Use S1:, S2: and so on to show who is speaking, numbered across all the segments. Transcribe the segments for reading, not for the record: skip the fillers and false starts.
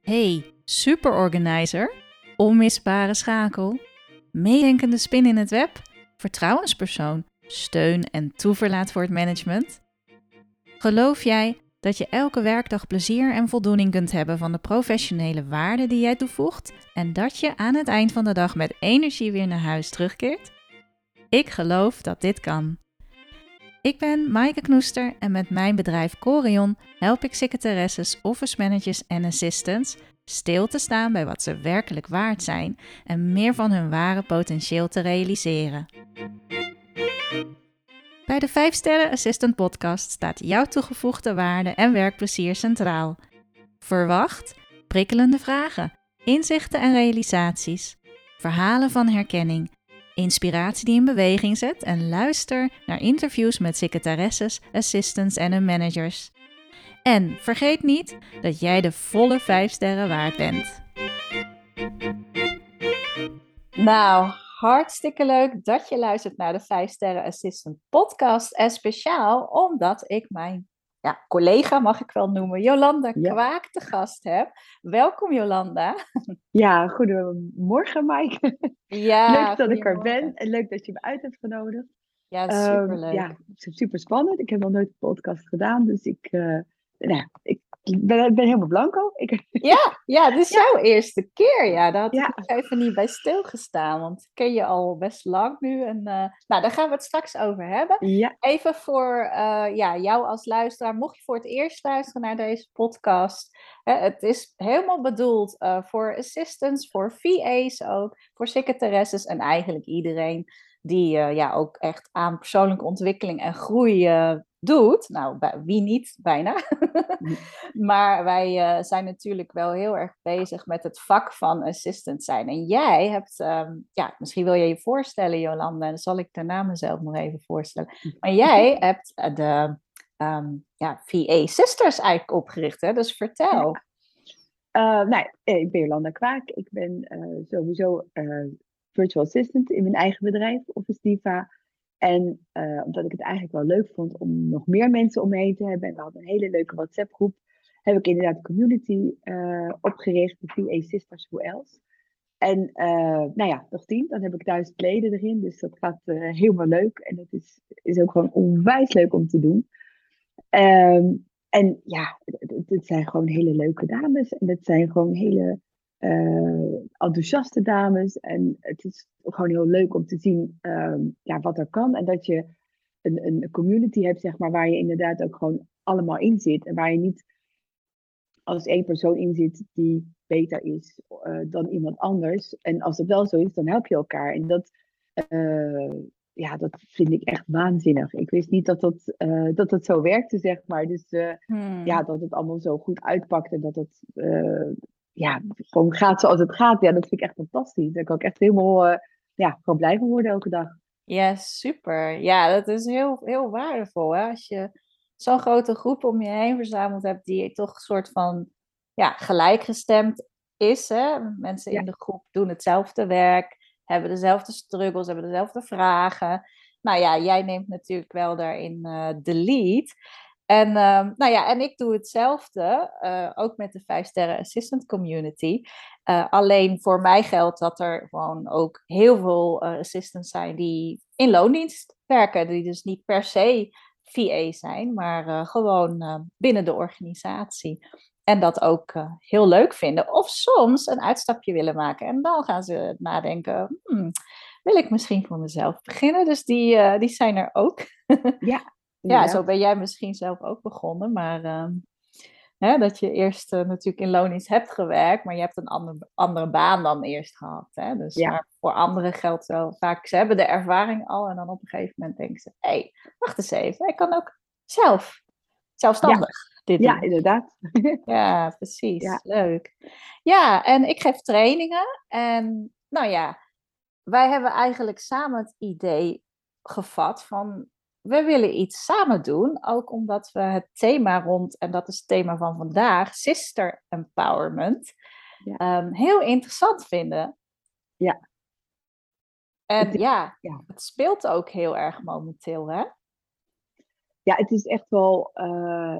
S1: Hey, superorganizer, onmisbare schakel, meedenkende spin in het web, vertrouwenspersoon, steun en toeverlaat voor het management. Geloof jij dat je elke werkdag plezier en voldoening kunt hebben van de professionele waarde die jij toevoegt en dat je aan het eind van de dag met energie weer naar huis terugkeert? Ik geloof dat dit kan. Ik ben Maaike Knoester en met mijn bedrijf Corion help ik secretaresses, office managers en assistants stil te staan bij wat ze werkelijk waard zijn en meer van hun ware potentieel te realiseren. Bij de 5 Sterren Assistant podcast staat jouw toegevoegde waarde en werkplezier centraal. Verwacht prikkelende vragen, inzichten en realisaties, verhalen van herkenning, inspiratie die in beweging zet en luister naar interviews met secretaresses, assistants en hun managers. En vergeet niet dat jij de volle 5 sterren waard bent. Nou, hartstikke leuk dat je luistert naar de 5 Sterren Assistant podcast. En speciaal omdat ik mijn collega, mag ik wel noemen, Jolanda Kwaak te gast heb. Welkom Jolanda.
S2: Ja, goedemorgen Maaike.
S1: Ja,
S2: leuk dat ik er ben en leuk dat je me uit hebt genodigd.
S1: Ja, superleuk.
S2: Ja, super spannend. Ik heb nog nooit een podcast gedaan, dus ik ben helemaal blanco.
S1: Ja, dit is jouw eerste keer. Ja, daar had ik nog even niet bij stilgestaan, want ik ken je al best lang nu. En, daar gaan we het straks over hebben.
S2: Ja.
S1: Even voor jou als luisteraar, mocht je voor het eerst luisteren naar deze podcast. Het is helemaal bedoeld voor assistants, voor VA's ook, voor secretaresses en eigenlijk iedereen die ook echt aan persoonlijke ontwikkeling en groei doet. Nou, wie niet, bijna. Maar wij zijn natuurlijk wel heel erg bezig met het vak van assistant zijn. En jij hebt, misschien wil je je voorstellen, Jolanda, en dan zal ik daarna mezelf nog even voorstellen. Maar jij hebt de VA Sisters eigenlijk opgericht, hè? Dus vertel.
S2: Ik ben Jolanda Kwaak. Ik ben sowieso virtual assistant in mijn eigen bedrijf, Office Diva. En omdat ik het eigenlijk wel leuk vond om nog meer mensen om me heen te hebben, en we hadden een hele leuke WhatsApp groep, heb ik inderdaad een community opgericht, de VA Sisters Who Else. En nog 10, dan heb ik 1000 leden erin, dus dat gaat helemaal leuk. En het is ook gewoon onwijs leuk om te doen. En ja, het zijn gewoon hele leuke dames. En het zijn gewoon hele enthousiaste dames. En het is gewoon heel leuk om te zien wat er kan. En dat je een community hebt, zeg maar, waar je inderdaad ook gewoon allemaal in zit. En waar je niet als één persoon in zit die beter is dan iemand anders. En als het wel zo is, dan help je elkaar. En dat vind ik echt waanzinnig. Ik wist niet dat het zo werkte, zeg maar. Dus dat het allemaal zo goed uitpakt en dat het gewoon gaat zoals het gaat. Ja, dat vind ik echt fantastisch. Daar kan ik echt helemaal gewoon blij van worden elke dag.
S1: Ja, super. Ja, dat is heel, heel waardevol, hè? Als je zo'n grote groep om je heen verzameld hebt die toch een soort van gelijkgestemd is, hè? Mensen in de groep doen hetzelfde werk, hebben dezelfde struggles, hebben dezelfde vragen. Nou ja, jij neemt natuurlijk wel daarin de lead. En ik doe hetzelfde, ook met de 5 Sterren Assistant Community. Alleen voor mij geldt dat er gewoon ook heel veel assistants zijn die in loondienst werken, die dus niet per se VA zijn, maar gewoon binnen de organisatie. En dat ook heel leuk vinden. Of soms een uitstapje willen maken. En dan gaan ze nadenken, wil ik misschien voor mezelf beginnen? Dus die zijn er ook. Ja, zo ben jij misschien zelf ook begonnen. Maar dat je eerst natuurlijk in loondienst hebt gewerkt, maar je hebt een andere baan dan eerst gehad. Hè? Dus, maar voor anderen geldt wel vaak, ze hebben de ervaring al en dan op een gegeven moment denken ze, hé, wacht eens even, ik kan ook zelfstandig dit doen.
S2: Ja, inderdaad.
S1: Ja, precies. Leuk. Ja, en ik geef trainingen en wij hebben eigenlijk samen het idee gevat van, we willen iets samen doen, ook omdat we het thema rond, en dat is het thema van vandaag, Sister Empowerment, heel interessant vinden.
S2: Ja.
S1: En het speelt ook heel erg momenteel, hè?
S2: Ja, het is echt wel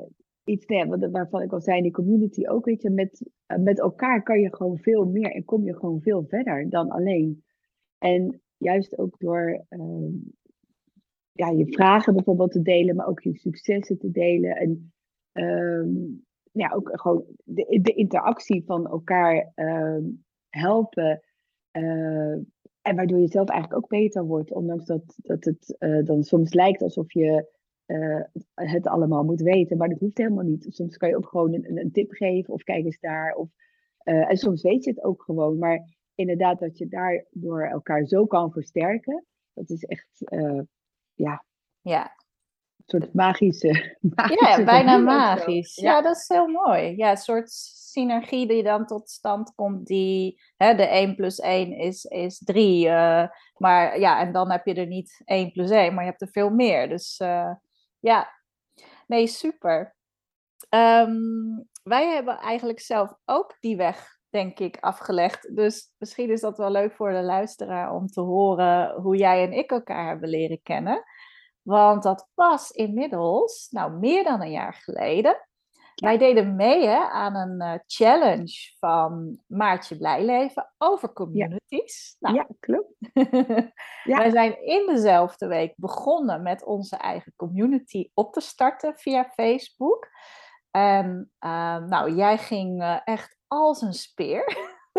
S2: iets waarvan ik al zei in die community ook, weet je, met elkaar kan je gewoon veel meer en kom je gewoon veel verder dan alleen. En juist ook door ja, je vragen bijvoorbeeld te delen, maar ook je successen te delen. En ehm, ja, ook gewoon de interactie van elkaar helpen. eh, en waardoor je zelf eigenlijk ook beter wordt. Ondanks dat het dan soms lijkt alsof je het allemaal moet weten. Maar dat hoeft helemaal niet. Soms kan je ook gewoon een tip geven of kijk eens daar. En soms weet je het ook gewoon. Maar inderdaad, dat je daardoor elkaar zo kan versterken. Dat is echt ja,
S1: Ja.
S2: een soort magische,
S1: Ja,
S2: magische
S1: bijna
S2: gevoel of zo.
S1: magisch. Ja,
S2: Ja,
S1: dat is heel mooi. Ja, een soort synergie die dan tot stand komt, die de 1 plus 1 is 3. Maar ja, en dan heb je er niet 1 plus 1, maar je hebt er veel meer. Dus ja, nee, super. Ehm, wij hebben eigenlijk zelf ook die weg, denk ik, afgelegd. Dus misschien is dat wel leuk voor de luisteraar om te horen hoe jij en ik elkaar hebben leren kennen. Want dat was inmiddels, nou, meer dan een jaar geleden.
S2: ja,
S1: Wij deden mee aan een challenge van Maartje Blijleven over
S2: ja,
S1: communities. Nou,
S2: ja, klopt. Ja,
S1: wij zijn in dezelfde week begonnen met onze eigen community op te starten via Facebook. En nou, jij ging echt als een speer.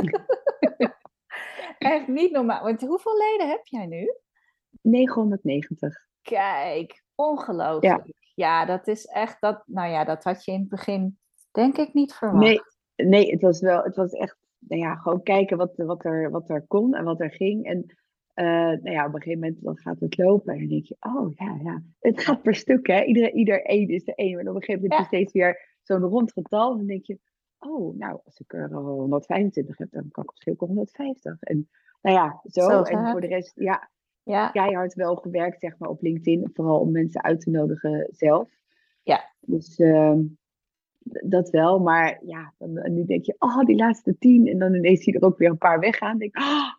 S1: Echt niet normaal. Want hoeveel leden heb jij nu?
S2: 990.
S1: Kijk,
S2: Ja,
S1: ongelooflijk. Ja, dat is echt dat. Nou ja, dat had je in het begin denk ik niet
S2: nee,
S1: verwacht.
S2: nee, het was echt, nou ja, gewoon kijken wat er kon en wat er ging. En nou ja, op een gegeven moment dan gaat het lopen en dan denk je, oh ja, ja, het
S1: Ja,
S2: gaat per stuk, hè. Ieder één is de één. En op een gegeven moment heb je
S1: ja,
S2: steeds weer zo'n rond getal. En dan denk je, oh, nou, als ik er 125 heb, dan kan ik misschien ook 150. En nou ja, zo.
S1: zo
S2: En voor
S1: gaaf.
S2: de rest, ja,
S1: Ja,
S2: keihard wel gewerkt, zeg maar, op LinkedIn. Vooral om mensen uit te nodigen zelf.
S1: ja.
S2: Dus dat wel. Maar ja, en nu denk je, oh, die laatste 10. En dan ineens zie je er ook weer een paar weggaan. Dan denk ik,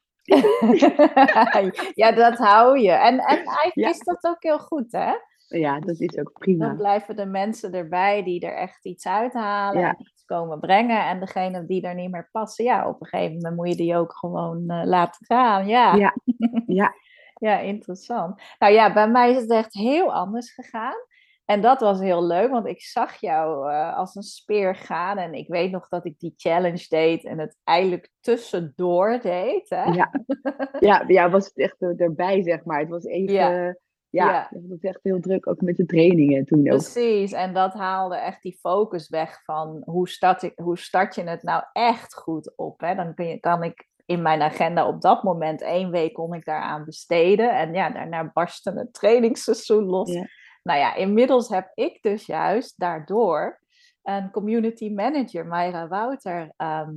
S1: Ja, dat hou je. En eigenlijk
S2: ja,
S1: is dat ook heel goed, hè?
S2: ja, dat
S1: Dus
S2: is ook
S1: dan
S2: prima.
S1: blijven de mensen erbij die er echt iets uithalen en
S2: Ja,
S1: iets komen brengen. En degene die er niet meer passen, ja, op een gegeven moment moet je die ook gewoon laten gaan. Ja.
S2: ja, ja.
S1: Ja, interessant. Nou ja, bij mij is het echt heel anders gegaan. En dat was heel leuk, want ik zag jou als een speer gaan. En ik weet nog dat ik die challenge deed en het eigenlijk tussendoor deed. Hè?
S2: Ja, ja, ja, was het echt erbij, zeg maar. Het was
S1: Ja,
S2: even, ja,
S1: ja,
S2: het was echt heel druk, ook met de trainingen toen ook.
S1: precies. En dat haalde echt die focus weg van hoe start je het nou echt goed op. Hè? Dan kan ik in mijn agenda op dat moment 1 week kon ik daaraan besteden. En ja, daarna barstte het trainingsseizoen los.
S2: Ja,
S1: Nou ja, inmiddels heb ik dus juist daardoor een community manager, Mayra Wouter.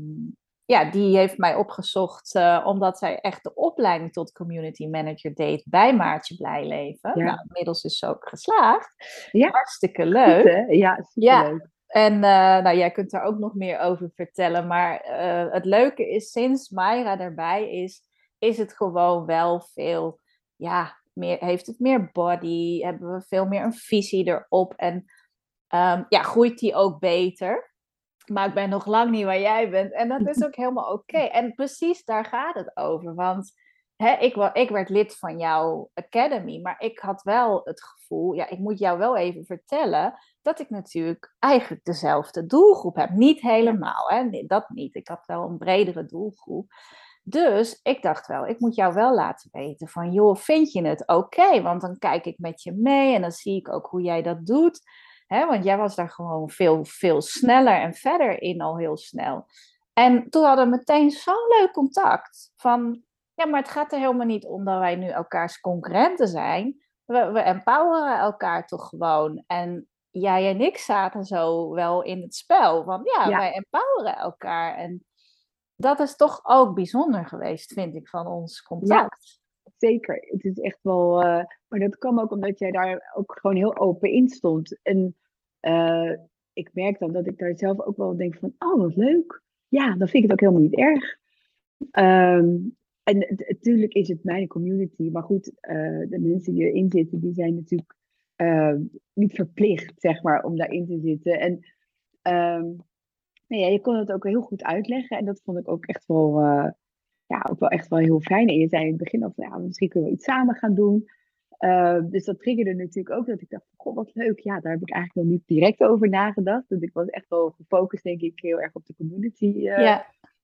S1: Ja, die heeft mij opgezocht omdat zij echt de opleiding tot community manager deed bij Maartje Blijleven.
S2: ja,
S1: Nou, inmiddels is ze ook geslaagd.
S2: ja,
S1: Hartstikke
S2: goed
S1: leuk.
S2: hè? Ja,
S1: Ja,
S2: superleuk.
S1: en nou, jij kunt daar ook nog meer over vertellen. Maar het leuke is, sinds Mayra erbij is het gewoon wel veel, ja, heeft het meer body, hebben we veel meer een visie erop. En ja, groeit die ook beter. Maar ik ben nog lang niet waar jij bent. En dat is ook helemaal oké. En precies daar gaat het over. Want ik werd lid van jouw academy. Maar ik had wel het gevoel, ja, ik moet jou wel even vertellen dat ik natuurlijk eigenlijk dezelfde doelgroep heb. Niet
S2: Ja,
S1: helemaal, hè? Nee, dat niet. Ik had wel een bredere doelgroep. Dus ik dacht wel, ik moet jou wel laten weten van, joh, vind je het oké? Want dan kijk ik met je mee en dan zie ik ook hoe jij dat doet. Want jij was daar gewoon veel, veel sneller en verder in al heel snel. En toen hadden we meteen zo'n leuk contact. Van, ja, maar het gaat er helemaal niet om dat wij nu elkaars concurrenten zijn. We empoweren elkaar toch gewoon. En jij en ik zaten zo wel in het spel. Want ja,
S2: ja,
S1: wij empoweren elkaar. En dat is toch ook bijzonder geweest, vind ik, van ons
S2: ja,
S1: contact.
S2: zeker. Het is echt wel, maar dat kwam ook omdat jij daar ook gewoon heel open in stond. En eh, ik merk dan dat ik daar zelf ook wel denk van, oh, wat leuk. Ja, dan vind ik het ook helemaal niet erg. Ehm, en natuurlijk is het mijn community, maar goed, de mensen die erin zitten, die zijn natuurlijk niet verplicht, zeg maar, om daarin te zitten. En ehm, nou ja, je kon het ook heel goed uitleggen. En dat vond ik ook echt wel, ja, ook wel echt wel heel fijn. En je zei in het begin al van, ja, misschien kunnen we iets samen gaan doen. Dus dat triggerde natuurlijk ook dat ik dacht, goh, wat leuk. Ja, daar heb ik eigenlijk nog niet direct over nagedacht. Dus ik was echt wel gefocust, denk ik, heel erg op de community.
S1: Ja,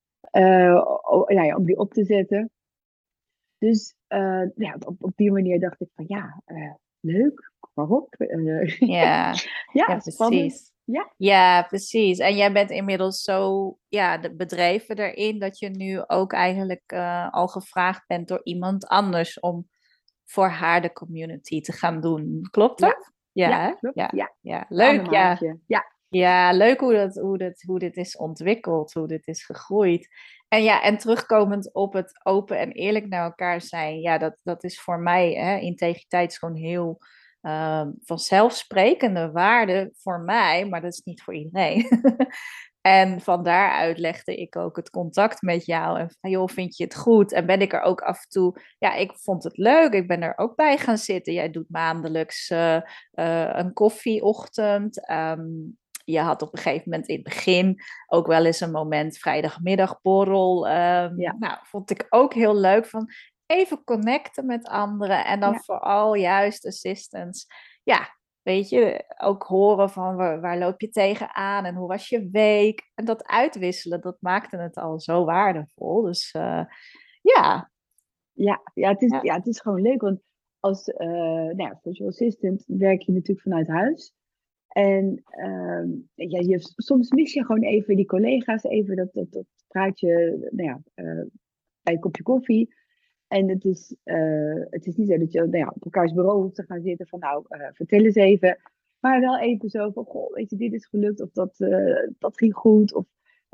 S2: Nou ja, om die op te zetten. Dus ja, op die manier dacht ik van, ja, leuk, waarop?
S1: ja, ja,
S2: Ja, spannend.
S1: precies.
S2: Ja,
S1: Ja, precies. En jij bent inmiddels zo bedreven erin dat je nu ook eigenlijk al gevraagd bent door iemand anders om voor haar de community te gaan doen. Klopt
S2: ja,
S1: dat? Ja,
S2: ja,
S1: hè?
S2: klopt.
S1: Ja,
S2: Ja,
S1: ja.
S2: een ander
S1: Leuk, ja.
S2: maatje. Ja,
S1: Ja, leuk hoe dit is ontwikkeld, hoe dit is gegroeid. En ja, en terugkomend op het open en eerlijk naar elkaar zijn. Ja, dat is voor mij, hè, integriteit is gewoon heel vanzelfsprekende waarde voor mij, maar dat is niet voor iedereen. En van daaruit legde ik ook het contact met jou. En van, joh, vind je het goed? En ben ik er ook af en toe... Ja, ik vond het leuk. Ik ben er ook bij gaan zitten. Jij doet maandelijks een koffieochtend. Je had op een gegeven moment in het begin ook wel eens een moment vrijdagmiddagborrel.
S2: ja,
S1: Nou, vond ik ook heel leuk van even connecten met anderen. En dan
S2: ja,
S1: vooral juist assistance. Ja, weet je, ook horen van waar loop je tegenaan en hoe was je week. En dat uitwisselen, dat maakte het al zo waardevol. Dus ja, ja,
S2: ja, het is gewoon leuk, want als nou ja, virtual assistant werk je natuurlijk vanuit huis. En ja, soms mis je gewoon even die collega's, even dat praatje, nou ja, bij een kopje koffie. En het is niet zo dat je nou ja, op elkaars bureau hoeft te gaan zitten van nou, vertel eens even. Maar wel even zo van, goh, weet je, dit is gelukt of dat ging goed. Of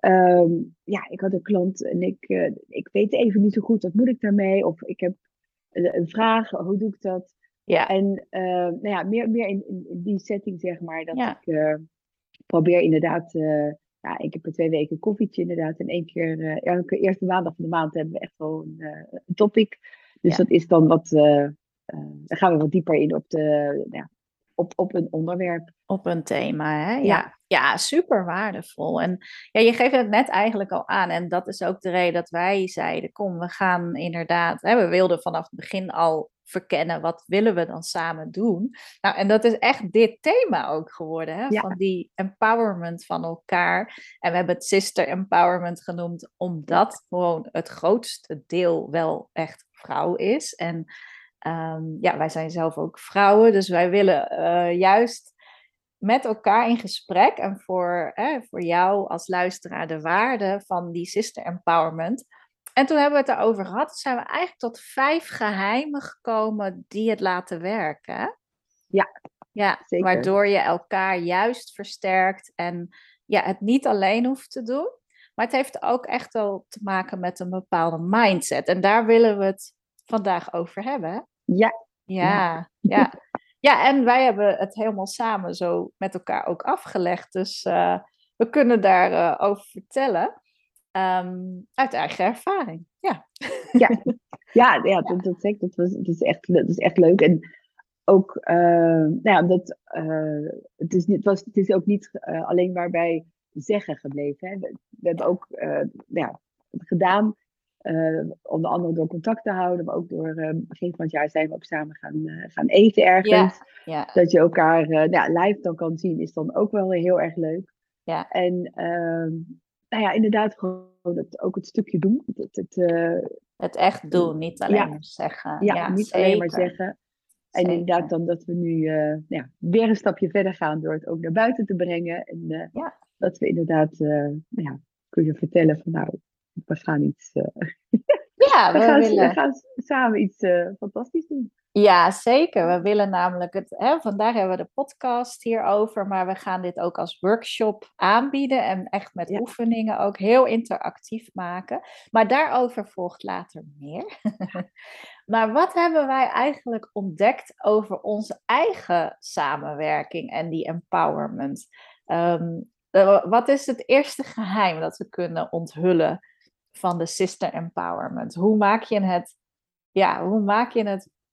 S2: ja, ik had een klant en ik weet even niet zo goed, wat moet ik daarmee? Of ik heb een vraag, hoe doe ik dat?
S1: ja,
S2: En nou ja, meer in die setting zeg maar, dat
S1: ja,
S2: ik probeer inderdaad, ja, één keer per 2 weken een koffietje inderdaad. En één keer, elke eerste maandag van de maand hebben we echt wel een topic. Dus
S1: ja.
S2: dat is dan wat, dan gaan we wat dieper in op, ja, op een onderwerp.
S1: Op een thema, hè?
S2: Ja,
S1: Ja, ja, super waardevol. En ja, je geeft het net eigenlijk al aan. En dat is ook de reden dat wij zeiden, kom, we gaan inderdaad, hè, we wilden vanaf het begin al verkennen, wat willen we dan samen doen? Nou, en dat is echt dit thema ook geworden, hè?
S2: ja,
S1: Van die empowerment van elkaar. En we hebben het sister empowerment genoemd, omdat gewoon het grootste deel wel echt vrouw is. En ja, wij zijn zelf ook vrouwen, dus wij willen juist met elkaar in gesprek en voor jou als luisteraar de waarde van die sister empowerment. En toen hebben we het erover gehad, toen zijn we eigenlijk tot 5 geheimen gekomen die het laten werken.
S2: ja,
S1: Ja,
S2: zeker.
S1: waardoor je elkaar juist versterkt en ja, het niet alleen hoeft te doen. Maar het heeft ook echt wel te maken met een bepaalde mindset. En daar willen we het vandaag over hebben. Hè?
S2: Ja, ja,
S1: Ja, ja. Ja, en wij hebben het helemaal samen zo met elkaar ook afgelegd. Dus we kunnen daarover over vertellen. Uit eigen ervaring. Ja.
S2: ja, ja,
S1: Ja.
S2: dat is echt leuk. En ook, nou ja, het is ook niet alleen maar bij zeggen gebleven. Hè. We hebben ook nou ja, gedaan, onder andere door contact te houden, maar ook door begin van het jaar zijn we ook samen gaan eten
S1: Ja,
S2: ergens.
S1: ja,
S2: Dat je elkaar nou ja, live dan kan zien, is dan ook wel heel erg leuk.
S1: ja.
S2: En nou ja, inderdaad gewoon ook het stukje doen.
S1: Het echt doen, niet alleen
S2: Ja,
S1: maar zeggen.
S2: ja,
S1: Ja,
S2: niet alleen maar
S1: zeker.
S2: zeggen. En inderdaad
S1: Zeker.
S2: dan dat we nu nou ja, weer een stapje verder gaan door het ook naar buiten te brengen. En
S1: Ja,
S2: dat we inderdaad nou ja, kunnen vertellen van nou, we gaan iets,
S1: ja, we
S2: we
S1: willen.
S2: gaan samen iets fantastisch doen.
S1: Ja, zeker. We willen namelijk het, hè, vandaag hebben we de podcast hierover, maar we gaan dit ook als workshop aanbieden en echt met
S2: Ja,
S1: oefeningen ook heel interactief maken. Maar daarover volgt later meer. Maar wat hebben wij eigenlijk ontdekt over onze eigen samenwerking en die empowerment? Ehm, wat is het eerste geheim dat we kunnen onthullen van de sister empowerment? Hoe maak je het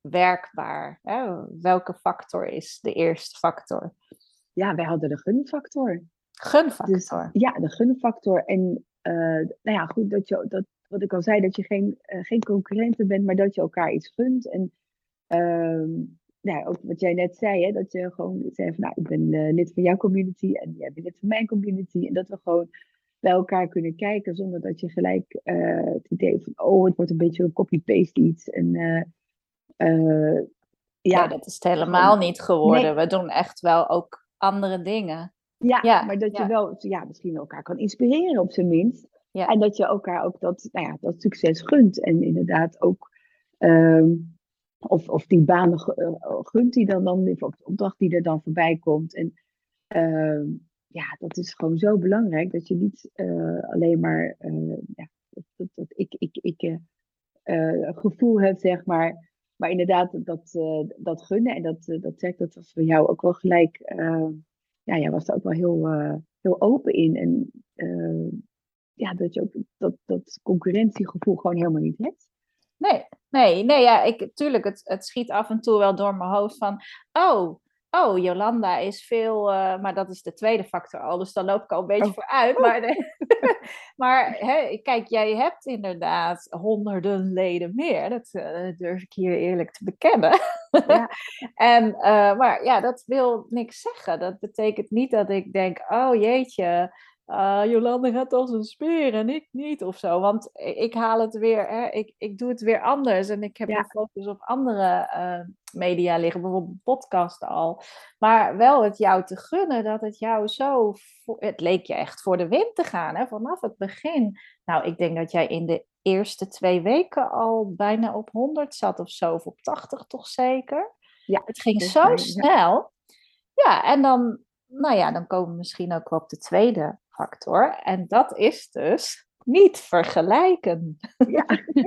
S1: werkbaar? Hè? Welke factor is de eerste factor?
S2: Ja, wij hadden de gunfactor. Dus
S1: Gunfactor.
S2: ja, de gunfactor. En nou ja, goed, wat ik al zei, dat je geen concurrenten bent, maar dat je elkaar iets gunt. En ehm, nou ja, ook wat jij net zei, hè, dat je gewoon zei van, nou, ik ben lid van jouw community en jij bent lid van mijn community. En dat we gewoon bij elkaar kunnen kijken zonder dat je gelijk het idee van, oh, het wordt een beetje een copy-paste iets. En eh,
S1: Nee,
S2: ja,
S1: dat is het helemaal
S2: gewoon,
S1: niet geworden.
S2: nee,
S1: We doen echt wel ook andere dingen.
S2: ja,
S1: Ja,
S2: maar dat je
S1: ja,
S2: wel ja, misschien elkaar kan inspireren op zijn minst.
S1: ja.
S2: En dat je elkaar ook dat, nou ja, dat succes gunt. En inderdaad ook, ehm, of die baan gunt die dan, of de opdracht die er dan voorbij komt. En ehm, ja, dat is gewoon zo belangrijk dat je niet alleen maar ja, dat ik gevoel hebt, zeg maar. Maar inderdaad, dat gunnen en dat zegt, dat was voor jou ook wel gelijk. Ja, jij was daar ook wel heel open in. En ja, dat je ook dat concurrentiegevoel gewoon helemaal niet hebt.
S1: Nee, ja, tuurlijk, het schiet af en toe wel door mijn hoofd van, oh, Jolanda is veel, maar dat is de tweede factor al, dus dan loop ik al een beetje
S2: Oh,
S1: vooruit.
S2: oh,
S1: Maar hè, kijk, jij hebt inderdaad honderden leden meer, dat durf ik hier eerlijk te bekennen.
S2: ja,
S1: Maar ja, dat wil niks zeggen. Dat betekent niet dat ik denk, oh jeetje, Jolande gaat als een speer en ik niet of zo. Want ik haal het weer, hè, ik doe het weer anders. En ik heb
S2: ja,
S1: mijn focus op andere media liggen, bijvoorbeeld podcasten al. Maar wel het jou te gunnen dat het jou zo, het leek je echt voor de wind te gaan, hè, vanaf het begin. Nou, ik denk dat jij in de eerste 2 weken al bijna op 100 zat of zo, of op 80 toch zeker.
S2: ja,
S1: Het ging
S2: volgens
S1: zo
S2: mij. Ja,
S1: snel. Ja, en dan, nou ja, dan komen we misschien ook wel op de tweede factor. En dat is dus niet vergelijken.
S2: ja.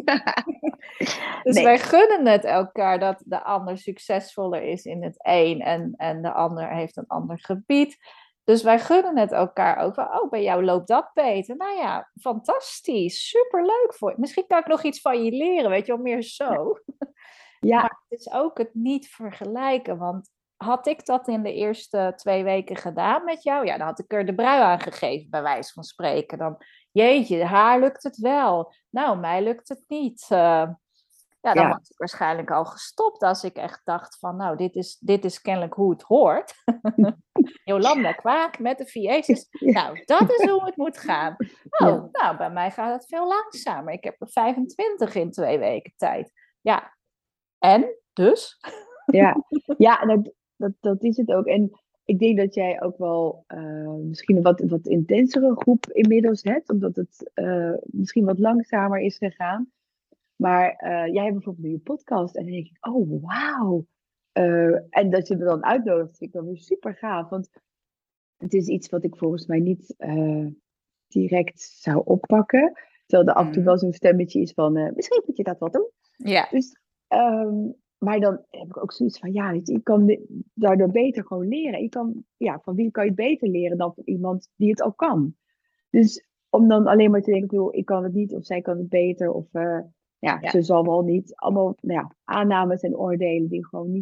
S1: Dus wij
S2: Nee,
S1: gunnen het elkaar dat de ander succesvoller is in het een en de ander heeft een ander gebied. Dus wij gunnen het elkaar ook wel. Oh, bij jou loopt dat beter. Nou ja, fantastisch. Superleuk voor je. Misschien kan ik nog iets van je leren, weet je wel, meer zo.
S2: ja,
S1: Maar het is ook het niet vergelijken. Want had ik dat in de eerste 2 weken gedaan met jou, ja, dan had ik er de brui aan gegeven, bij wijze van spreken. Dan, jeetje, haar lukt het wel. Nou, mij lukt het niet. Ja, dan
S2: ja,
S1: was ik waarschijnlijk al gestopt als ik echt dacht van, nou, dit is kennelijk hoe het hoort. Jolanda Kwaak met de VA's.
S2: ja,
S1: Nou, dat is hoe het moet gaan.
S2: ja,
S1: Oh, nou, bij mij gaat het veel langzamer. Ik heb er 25 in 2 weken tijd. Ja, en? Dus?
S2: ja. Ja, dat is het ook. En ik denk dat jij ook wel misschien een wat intensere groep inmiddels hebt, omdat het misschien wat langzamer is gegaan. Maar jij hebt bijvoorbeeld nu je podcast en dan denk ik, oh wauw. En dat je me dan uitnodigt, vind ik dan weer super gaaf. Want het is iets wat ik volgens mij niet direct zou oppakken. Terwijl er af en toe
S1: Mhm.
S2: wel zo'n stemmetje is van, misschien moet je dat wel doen.
S1: Ja,
S2: Dus, maar dan heb ik ook zoiets van, ja, weet je kan daardoor beter gewoon leren. Je kan, ja, van wie kan je het beter leren dan van iemand die het al kan? Dus om dan alleen maar te denken, joh, ik kan het niet, of zij kan het beter, of ja,
S1: ja.
S2: ze zal wel niet. Allemaal nou ja, aannames en oordelen die gewoon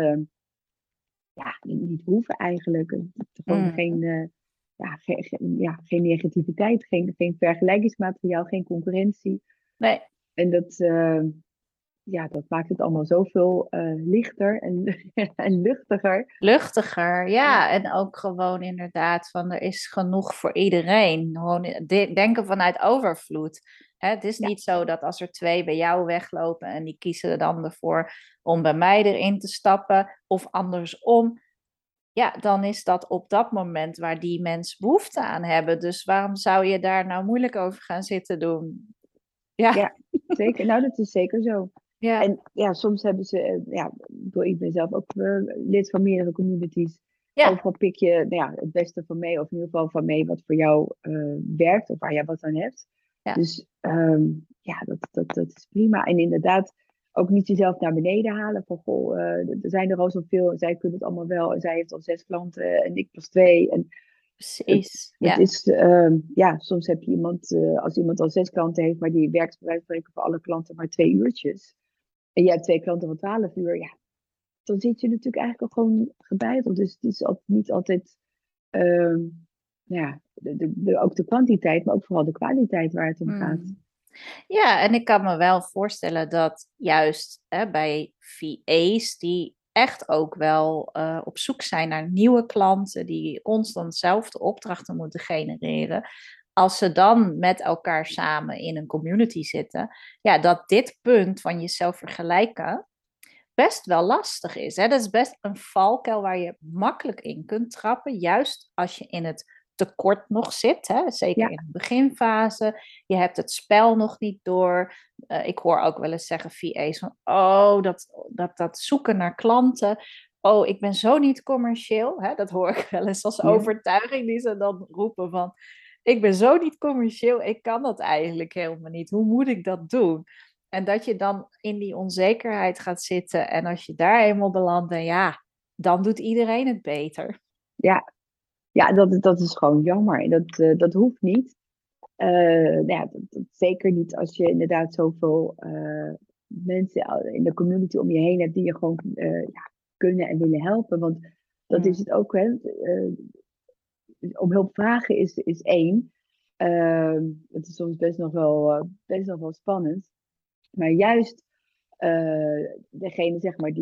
S2: niet hoeven eigenlijk. Gewoon
S1: Mhm.
S2: geen, geen negativiteit, geen vergelijkingsmateriaal, geen concurrentie.
S1: Nee,
S2: En dat maakt het allemaal zoveel lichter en, en luchtiger.
S1: luchtiger.
S2: Ja,
S1: Ja, en ook gewoon inderdaad van er is genoeg voor iedereen. Gewoon denken vanuit overvloed. Hè, het is
S2: ja,
S1: niet zo dat als er 2 bij jou weglopen en die kiezen er dan ervoor om bij mij erin te stappen, of andersom. Ja, dan is dat op dat moment waar die mensen behoefte aan hebben. Dus waarom zou je daar nou moeilijk over gaan zitten doen? Ja,
S2: ja, zeker. Nou, dat is zeker zo.
S1: ja,
S2: En ja, soms hebben ze, ik ben zelf ook lid van meerdere communities.
S1: ja,
S2: Overal pik je nou ja, het beste van mee, of in ieder geval van mee wat voor jou werkt, of waar jij wat aan hebt.
S1: ja,
S2: Dus ja, dat is prima. En inderdaad, ook niet jezelf naar beneden halen. Van goh, er zijn er al zoveel, en zij kunnen het allemaal wel, en zij heeft al 6 klanten, en ik pas 2. En
S1: precies.
S2: het
S1: Ja,
S2: is, soms heb je iemand, als iemand al 6 klanten heeft, maar die werkt bij wijze van spreken voor alle klanten maar 2 uurtjes. en je hebt 2 klanten van 12 uur, ja, dan zit je natuurlijk eigenlijk ook gewoon gebeiteld. Dus het is niet altijd, ehm, nou ja, ook de kwantiteit, maar ook vooral de kwaliteit waar het om gaat.
S1: Hmm. Ja, en ik kan me wel voorstellen dat juist bij VA's die echt ook wel op zoek zijn naar nieuwe klanten, die constant zelf de opdrachten moeten genereren. Als ze dan met elkaar samen in een community zitten, ja, dat dit punt van jezelf vergelijken best wel lastig is. Hè? Dat is best een valkuil waar je makkelijk in kunt trappen, juist als je in het tekort nog zit, hè? Zeker
S2: Ja,
S1: in de beginfase. Je hebt het spel nog niet door. Ik hoor ook wel eens zeggen VA's van, oh, dat zoeken naar klanten. Oh, ik ben zo niet commercieel. Hè? Dat hoor ik wel eens als
S2: ja,
S1: overtuiging die ze dan roepen van, ik ben zo niet commercieel, ik kan dat eigenlijk helemaal niet. Hoe moet ik dat doen? En dat je dan in die onzekerheid gaat zitten. En als je daar eenmaal belandt, dan ja, dan doet iedereen het beter.
S2: ja, ja, dat is gewoon jammer. En dat hoeft niet. Nou ja, zeker niet als je inderdaad zoveel mensen in de community om je heen hebt die je gewoon ja, kunnen en willen helpen. Want dat is
S1: Mm.
S2: het ook, hè. Om hulp vragen is één. Het is soms best nog wel spannend. Maar juist degene zeg maar,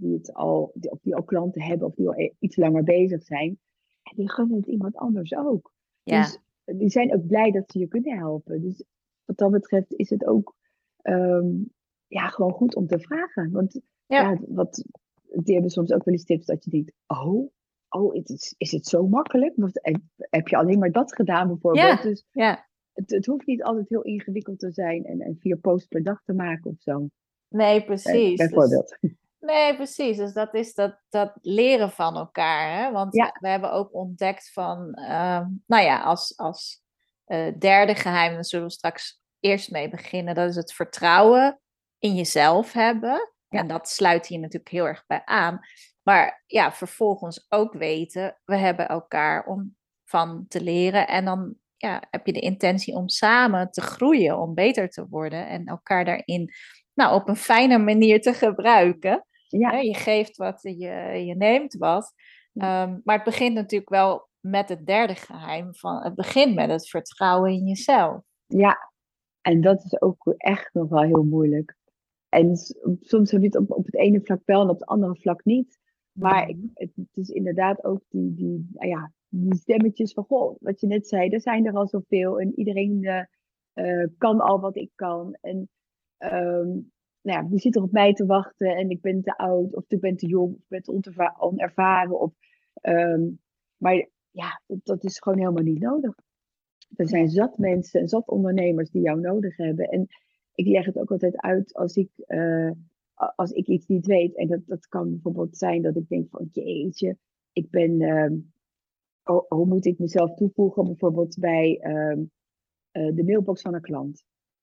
S2: die al klanten hebben of die al iets langer bezig zijn, ja, die gunnen het iemand anders ook. Dus
S1: Ja,
S2: die zijn ook blij dat ze je kunnen helpen. Dus wat dat betreft is het ook ehm, ja, gewoon goed om te vragen. Want
S1: ja,
S2: ja, die hebben soms ook wel eens tips dat je denkt, oh, is het zo makkelijk? Heb je alleen maar dat gedaan bijvoorbeeld?
S1: ja,
S2: Dus
S1: ja.
S2: het hoeft niet altijd heel ingewikkeld te zijn en 4 posts per dag te maken of zo.
S1: Nee, precies. Dus,
S2: Bijvoorbeeld.
S1: nee, precies. Dus dat is dat leren van elkaar. Hè? Want
S2: Ja,
S1: we hebben ook ontdekt van, nou ja, als derde geheim, daar zullen we straks eerst mee beginnen. Dat is het vertrouwen in jezelf hebben. En
S2: ja,
S1: dat sluit hier natuurlijk heel erg bij aan. Maar ja, vervolgens ook weten, we hebben elkaar om van te leren. En dan ja, heb je de intentie om samen te groeien, om beter te worden en elkaar daarin nou, op een fijne manier te gebruiken.
S2: ja,
S1: Je geeft wat, je neemt wat. Maar het begint natuurlijk wel met het derde geheim. Het begint met het vertrouwen in jezelf.
S2: ja. En dat is ook echt nog wel heel moeilijk. En soms heb je het op het ene vlak wel en op het andere vlak niet. Maar
S1: Mhm.
S2: het is inderdaad ook nou ja, die stemmetjes van, goh, wat je net zei, er zijn er al zoveel en iedereen kan al wat ik kan. En ehm, nou ja, die zit er op mij te wachten en ik ben te oud of ik ben te jong of ik ben te onervaren. Ehm, maar ja, dat is gewoon helemaal niet nodig. Er zijn zat mensen en zat ondernemers die jou nodig hebben. En ik leg het ook altijd uit als ik iets niet weet. En dat kan bijvoorbeeld zijn dat ik denk van jeetje, ik ben, hoe moet ik mezelf toevoegen bijvoorbeeld bij de mailbox van een klant.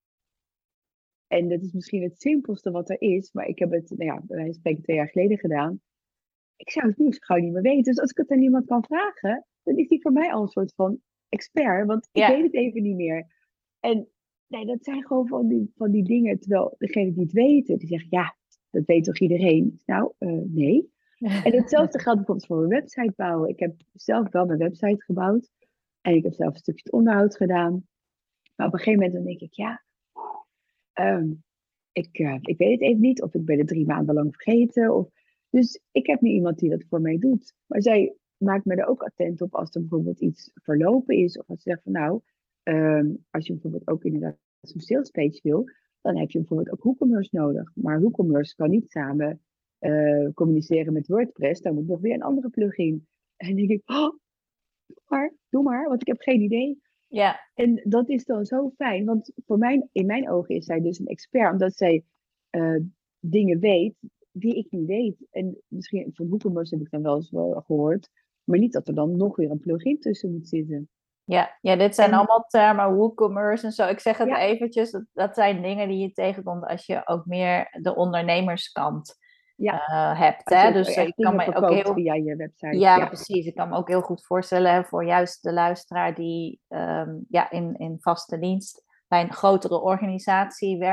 S2: En dat is misschien het simpelste wat er is, maar ik heb het, nou ja, bij wijze van spreken 2 jaar geleden gedaan. Ik zou het nu zo gauw niet meer weten. Dus als ik het aan niemand kan vragen, dan is die voor mij al een soort van expert, want ik weet
S1: Ja,
S2: het even niet meer. En nee, dat zijn gewoon van die dingen, terwijl degene die het weten, die zegt, ja, dat weet toch iedereen? Nou, nee. En hetzelfde geldt bijvoorbeeld voor een website bouwen. Ik heb zelf wel mijn website gebouwd en ik heb zelf een stukje het onderhoud gedaan. Maar op een gegeven moment dan denk ik, ja, ehm, ik weet het even niet, of ik ben het 3 maanden lang vergeten. Dus ik heb nu iemand die dat voor mij doet. Maar zij maakt me er ook attent op als er bijvoorbeeld iets verlopen is. Of als ze zegt van nou, als je bijvoorbeeld ook inderdaad zo'n sales page wil, dan heb je bijvoorbeeld ook WooCommerce nodig. Maar WooCommerce kan niet samen communiceren met WordPress. Daar moet nog weer een andere plugin. En dan denk ik, oh, doe maar, want ik heb geen idee.
S1: ja,
S2: En dat is dan zo fijn, want in mijn ogen is zij dus een expert, omdat zij eh, dingen weet die ik niet weet. En misschien van WooCommerce heb ik dan wel eens wel gehoord, maar niet dat er dan nog weer een plugin tussen moet zitten.
S1: ja, ja, dit zijn
S2: En
S1: allemaal termen, WooCommerce en zo. Ik zeg het
S2: ja,
S1: eventjes, dat zijn dingen die je tegenkomt als je ook meer de ondernemerskant
S2: ja,
S1: hebt.
S2: als je
S1: Hè?
S2: ook
S1: Dus ik
S2: echt
S1: kan
S2: dingen
S1: me ook
S2: verkoopt
S1: heel
S2: via je website.
S1: Ja,
S2: Ja,
S1: precies. Ik kan me ook heel goed voorstellen hè, voor juist de luisteraar die ja, in vaste dienst bij een grotere organisatie werkt.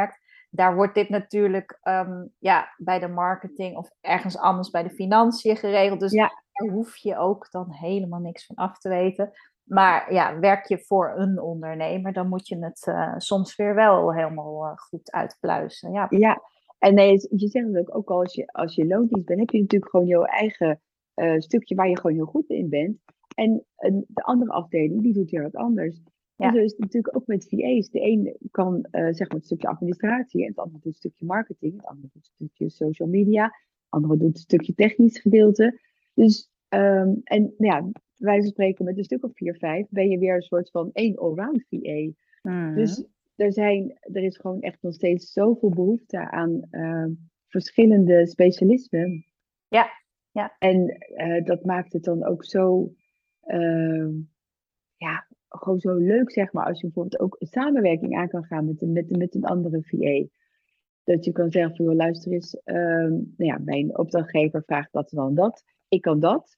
S1: daar wordt dit natuurlijk bij de marketing of ergens anders bij de financiën geregeld. Dus
S2: Ja,
S1: daar hoef je ook dan helemaal niks van af te weten. Maar ja, werk je voor een ondernemer, dan moet je het soms weer wel helemaal goed uitpluizen. Ja.
S2: ja. En nee, je zegt het ook al, als je loondienst bent, heb je natuurlijk gewoon je eigen stukje waar je gewoon heel goed in bent. En de andere afdeling, die doet weer wat anders. En zo
S1: Ja,
S2: is het natuurlijk ook met VA's. De een kan zeg maar het stukje administratie, en het andere doet het stukje marketing, het andere doet het stukje social media, het andere doet het stukje technisch gedeelte. Dus, en nou ja, wij spreken met een stuk of 4, 5, ben je weer een soort van één allround VA. Dus
S1: Mhm.
S2: er is gewoon echt nog steeds zoveel behoefte aan verschillende specialismen.
S1: Ja, ja,
S2: En dat maakt het dan ook zo, eh, ja, gewoon zo leuk, zeg maar, als je bijvoorbeeld ook een samenwerking aan kan gaan met een andere VA. Dat je kan zeggen van, joh, luister eens, nou ja, mijn opdrachtgever vraagt dat en dan dat. Ik kan dat.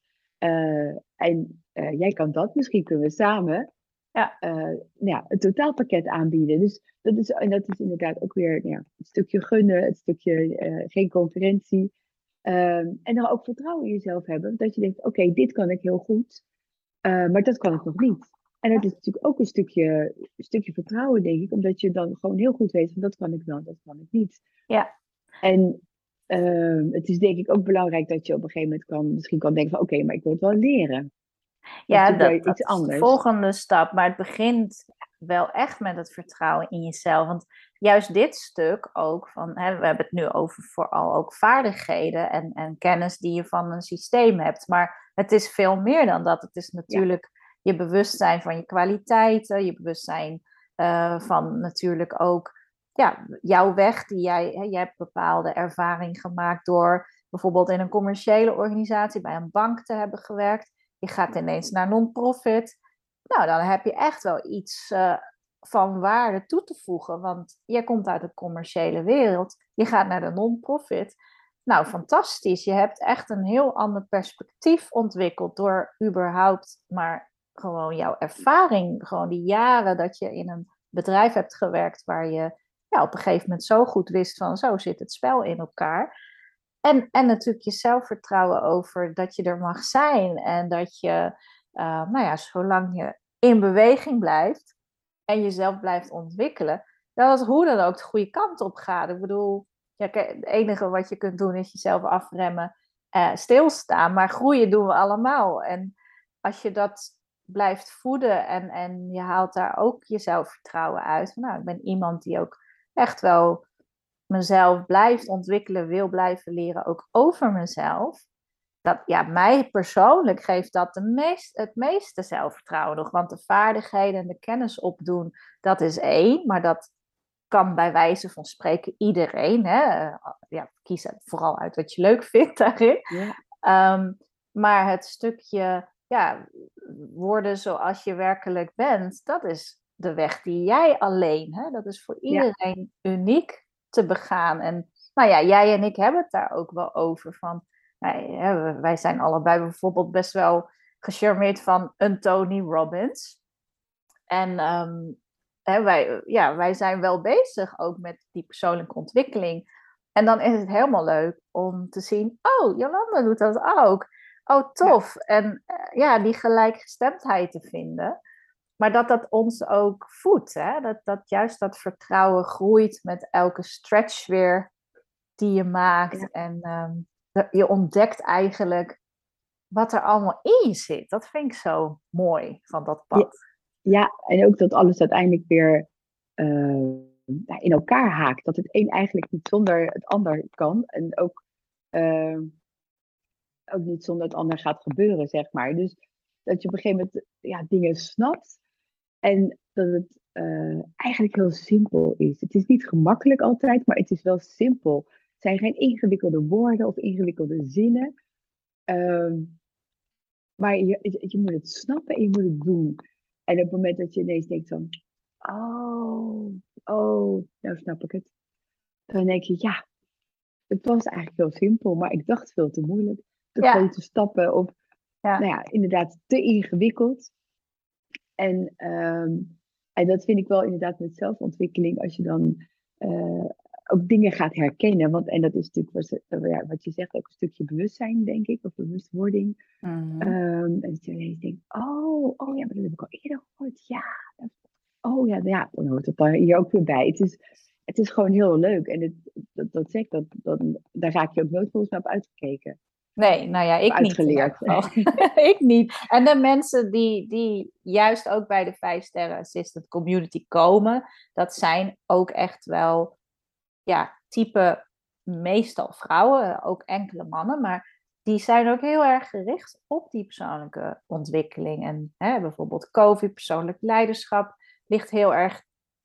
S2: En jij kan dat. Misschien kunnen we samen
S1: ja,
S2: nou ja, een totaalpakket aanbieden. Dus dat is inderdaad ook weer nou ja, het stukje gunnen, het stukje geen concurrentie. En dan ook vertrouwen in jezelf hebben. Dat je denkt, oké, dit kan ik heel goed, maar dat kan ik nog niet. En dat
S1: ja,
S2: is natuurlijk ook een stukje vertrouwen, denk ik. Omdat je dan gewoon heel goed weet van dat kan ik wel, dat kan ik niet.
S1: ja.
S2: En het is denk ik ook belangrijk dat je op een gegeven moment misschien kan denken van oké, maar ik wil het wel leren. Dat is
S1: Ja,
S2: natuurlijk wel
S1: dat
S2: iets
S1: is de
S2: anders.
S1: volgende stap. Maar het begint wel echt met het vertrouwen in jezelf. Want juist dit stuk ook van, hè, we hebben het nu over vooral ook vaardigheden en kennis die je van een systeem hebt. Maar het is veel meer dan dat. Het is
S2: Ja,
S1: natuurlijk je bewustzijn van je kwaliteiten, je bewustzijn van natuurlijk ook ja, jouw weg die jij hebt bepaalde ervaring gemaakt door bijvoorbeeld in een commerciële organisatie bij een bank te hebben gewerkt. Je gaat ineens naar non-profit. Nou, dan heb je echt wel iets van waarde toe te voegen. Want je komt uit de commerciële wereld. Je gaat naar de non-profit. Nou, fantastisch. Je hebt echt een heel ander perspectief ontwikkeld door überhaupt maar gewoon jouw ervaring, gewoon die jaren dat je in een bedrijf hebt gewerkt waar je ja, op een gegeven moment zo goed wist van zo zit het spel in elkaar. En natuurlijk je zelfvertrouwen over dat je er mag zijn en dat je, nou ja, zolang je in beweging blijft en jezelf blijft ontwikkelen, dat het hoe dan ook de goede kant op gaat. Ik bedoel, ja, het enige wat je kunt doen is jezelf afremmen, stilstaan, maar groeien doen we allemaal. En als je dat blijft voeden en je haalt daar ook je zelfvertrouwen uit, van, nou, ik ben iemand die ook echt wel mezelf blijft ontwikkelen, wil blijven leren, ook over mezelf. Dat, ja, mij persoonlijk geeft dat het meeste zelfvertrouwen nog. Want de vaardigheden en de kennis opdoen, dat is één. Maar dat kan bij wijze van spreken iedereen. Hè? Ja, kies vooral uit wat je leuk vindt daarin.
S2: ja,
S1: Um, maar het stukje ja, worden zoals je werkelijk bent, dat is de weg die jij alleen, hè? Dat is voor
S2: ja,
S1: iedereen uniek te begaan. En nou ja, jij en ik hebben het daar ook wel over. Van, wij zijn allebei bijvoorbeeld best wel gecharmeerd van een Tony Robbins. En wij zijn wel bezig ook met die persoonlijke ontwikkeling. En dan is het helemaal leuk om te zien, oh, Jolanda doet dat ook. Oh,
S2: ja,
S1: tof. En ja, die gelijkgestemdheid te vinden. Maar dat dat ons ook voedt. Hè? Dat juist dat vertrouwen groeit met elke stretch weer die je maakt.
S2: ja,
S1: En je ontdekt eigenlijk wat er allemaal in je zit. Dat vind ik zo mooi van dat
S2: ja,
S1: pad.
S2: ja. En ook dat alles uiteindelijk weer ja, in elkaar haakt. Dat het een eigenlijk niet zonder het ander kan. En eh, ook niet zonder het ander gaat gebeuren, zeg maar. Dus dat je op een gegeven moment ja, dingen snapt. En dat het eigenlijk heel simpel is. Het is niet gemakkelijk altijd, maar het is wel simpel. Het zijn geen ingewikkelde woorden of ingewikkelde zinnen. Ehm, maar je moet het snappen en je moet het doen. En op het moment dat je ineens denkt van, oh, oh, nou snap ik het. Dan denk je, ja, het was eigenlijk heel simpel, maar ik dacht veel te moeilijk. Te
S1: Ja,
S2: grote stappen of, nou
S1: ja,
S2: ja, inderdaad te ingewikkeld. En, en dat vind ik wel inderdaad met zelfontwikkeling, als je dan ook dingen gaat herkennen. En dat is natuurlijk wat je zegt, ook een stukje bewustzijn, denk ik, of bewustwording.
S1: Mhm.
S2: En dat je ineens denkt, oh ja, maar dat heb ik al eerder gehoord. Ja, oh ja, dan hoort het dan hier ook weer bij. Het is gewoon heel leuk. En dat zeg ik, daar raak je ook nooit volgens mij op uitgekeken.
S1: Nee, nou ja,
S2: Of
S1: ik niet in elk
S2: uitgeleerd.
S1: geval. Ik niet. En de mensen die juist ook bij de 5 sterren assistant community komen, dat zijn ook echt wel, ja, type meestal vrouwen, ook enkele mannen, maar die zijn ook heel erg gericht op die persoonlijke ontwikkeling. En bijvoorbeeld COVID, persoonlijk leiderschap, ligt heel erg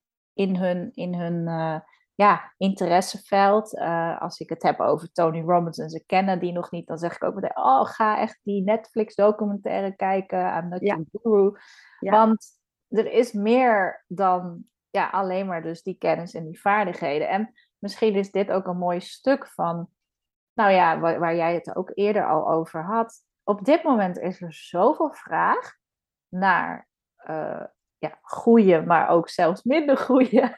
S1: in hun ja, interesseveld. Als ik het heb over Tony Robbins en ze kennen die nog niet, dan zeg ik ook meteen, oh, ga echt die Netflix documentaire kijken, I'm Not
S2: Ja,
S1: Your Guru.
S2: ja,
S1: Want er is meer dan, ja, alleen maar dus die kennis en die vaardigheden. En misschien is dit ook een mooi stuk van, nou ja, waar jij het ook eerder al over had. Op dit moment is er zoveel vraag naar ja, goede, maar ook zelfs minder goede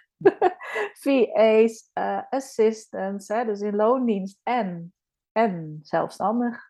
S1: VA's, assistants, dus in loondienst en zelfstandig.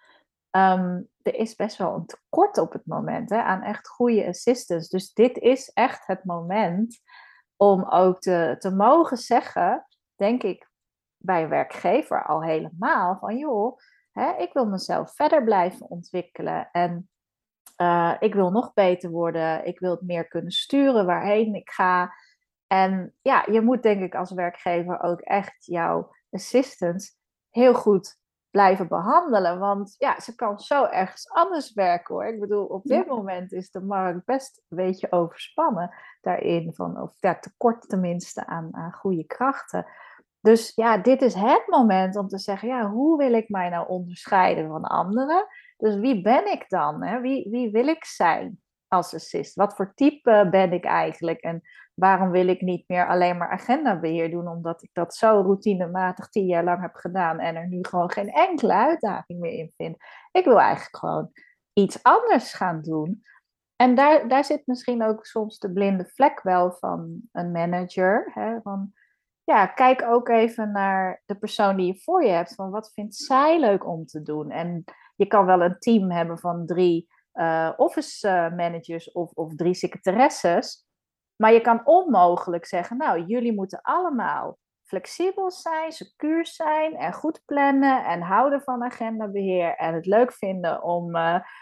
S1: Er is best wel een tekort op het moment aan echt goede assistants. Dus dit is echt het moment om ook te mogen zeggen, denk ik, bij een werkgever al helemaal, van joh, ik wil mezelf verder blijven ontwikkelen en ik wil nog beter worden. Ik wil het meer kunnen sturen waarheen ik ga. En ja, je moet denk ik als werkgever ook echt jouw assistants heel goed blijven behandelen. Want ja, ze kan zo ergens anders werken hoor. Ik bedoel, op
S2: ja,
S1: dit moment is de markt best een beetje overspannen daarin. Of ja, tekort tenminste aan goede krachten. Dus ja, dit is het moment om te zeggen, ja, hoe wil ik mij nou onderscheiden van anderen? Dus wie ben ik dan? Hè? Wie wil ik zijn als assist? Wat voor type ben ik eigenlijk? En waarom wil ik niet meer alleen maar agendabeheer doen? Omdat ik dat zo routinematig 10 jaar lang heb gedaan en er nu gewoon geen enkele uitdaging meer in vind. Ik wil eigenlijk gewoon iets anders gaan doen. En daar zit misschien ook soms de blinde vlek wel van een manager. Hè? Van, ja, kijk ook even naar de persoon die je voor je hebt. Van wat vindt zij leuk om te doen? En je kan wel een team hebben van 3 office managers of 3 secretaresses. Maar je kan onmogelijk zeggen, nou, jullie moeten allemaal flexibel zijn, secuur zijn en goed plannen en houden van agendabeheer en het leuk vinden om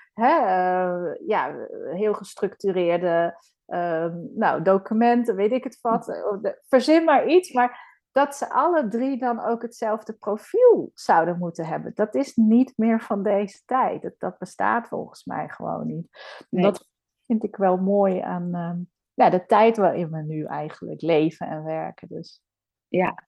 S1: ja, heel gestructureerde nou, documenten, weet ik het wat. Verzin maar iets, maar dat ze alle 3 dan ook hetzelfde profiel zouden moeten hebben. Dat is niet meer van deze tijd. Dat bestaat volgens mij gewoon niet.
S2: nee,
S1: Dat vind ik wel mooi aan ja, de tijd waarin we nu eigenlijk leven en werken. Dus.
S2: ja.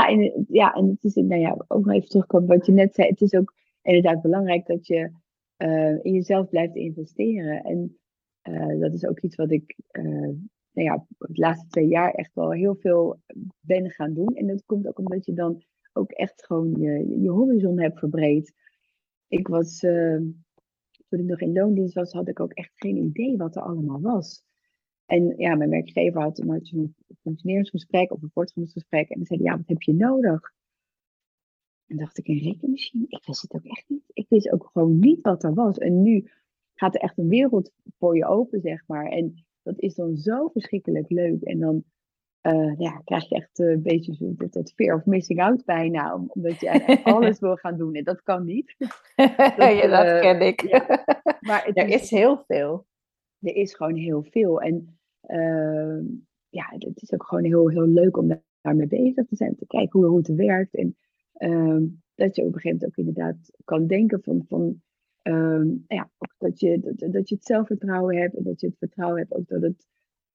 S2: En het is, nou ja, ook nog even terugkomen op wat je net zei. Het is ook inderdaad belangrijk dat je in jezelf blijft investeren. En dat is ook iets wat ik, nou ja, de laatste 2 jaar echt wel heel veel ben gaan doen. En dat komt ook omdat je dan ook echt gewoon je horizon hebt verbreed. Ik was, toen ik nog in loondienst was, had ik ook echt geen idee wat er allemaal was. En ja, mijn werkgever had zo'n functioneringsgesprek of een voortgangsgesprek. En dan zei hij, ja, wat heb je nodig? En dacht ik, een rekenmachine? Ik wist het ook echt niet. Ik wist ook gewoon niet wat er was. En nu gaat er echt een wereld voor je open, zeg maar. En dat is dan zo verschrikkelijk leuk. En dan ja, krijg je echt een beetje dat fear of missing out bijna. Omdat je echt alles wil gaan doen. En dat kan niet.
S1: Ja, dat ken ik.
S2: Ja, maar
S1: Er is heel veel.
S2: er is gewoon heel veel. En uh, ja, het is ook gewoon heel leuk om daarmee bezig te zijn. Te kijken hoe het werkt. En dat je op een gegeven moment ook inderdaad kan denken van ja, ook dat je het zelfvertrouwen hebt. En dat je het vertrouwen hebt ook dat het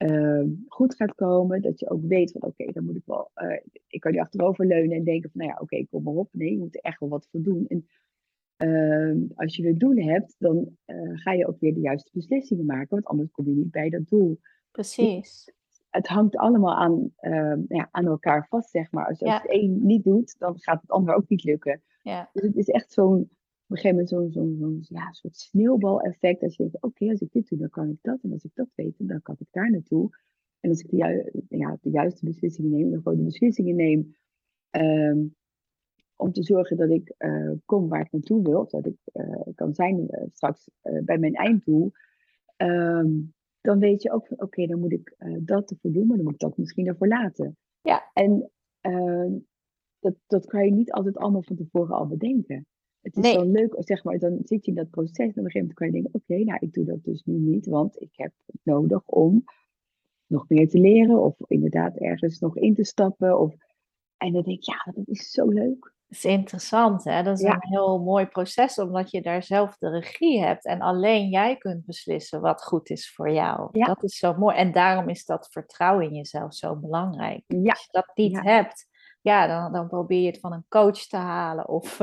S2: goed gaat komen. Dat je ook weet van oké, dan moet ik wel. Ik kan nu achterover leunen en denken van nou ja, oké, kom maar op. Nee, je moet er echt wel wat voor doen. En als je weer doelen hebt, dan ga je ook weer de juiste beslissingen maken, want anders kom je niet bij dat doel. Dus
S1: Precies.
S2: het hangt allemaal ja, aan elkaar vast, zeg maar. Als je
S1: Ja,
S2: het een niet doet, dan gaat het ander ook niet lukken.
S1: ja.
S2: Dus het is echt op een gegeven moment zo'n ja, soort sneeuwbaleffect. Als je denkt, oké, als ik dit doe, dan kan ik dat. En als ik dat weet, dan kan ik daar naartoe. En als ik ja, de juiste beslissingen neem, dan gewoon de beslissingen neem, Ehm, om te zorgen dat ik kom waar ik naartoe wil. Of dat ik kan zijn straks bij mijn einddoel. Ehm, dan weet je ook van oké, dan moet ik dat ervoor doen. Maar dan moet ik dat misschien ervoor laten.
S1: Ja,
S2: En ehm, dat kan je niet altijd allemaal van tevoren al bedenken. Het is
S1: nee,
S2: zo leuk, zeg maar, dan zit je in dat proces en op een gegeven moment kan je denken, oké, nou, ik doe dat dus nu niet, want ik heb het nodig om nog meer te leren of inderdaad ergens nog in te stappen. En dan denk ik, ja, dat is zo leuk.
S1: dat is interessant, hè? Dat is een
S2: Ja,
S1: heel mooi proces, omdat je daar zelf de regie hebt en alleen jij kunt beslissen wat goed is voor jou.
S2: ja,
S1: Dat is zo mooi. En daarom is dat vertrouwen in jezelf zo belangrijk.
S2: ja,
S1: Als je dat niet
S2: ja,
S1: hebt, ja, dan probeer je het van een coach te halen of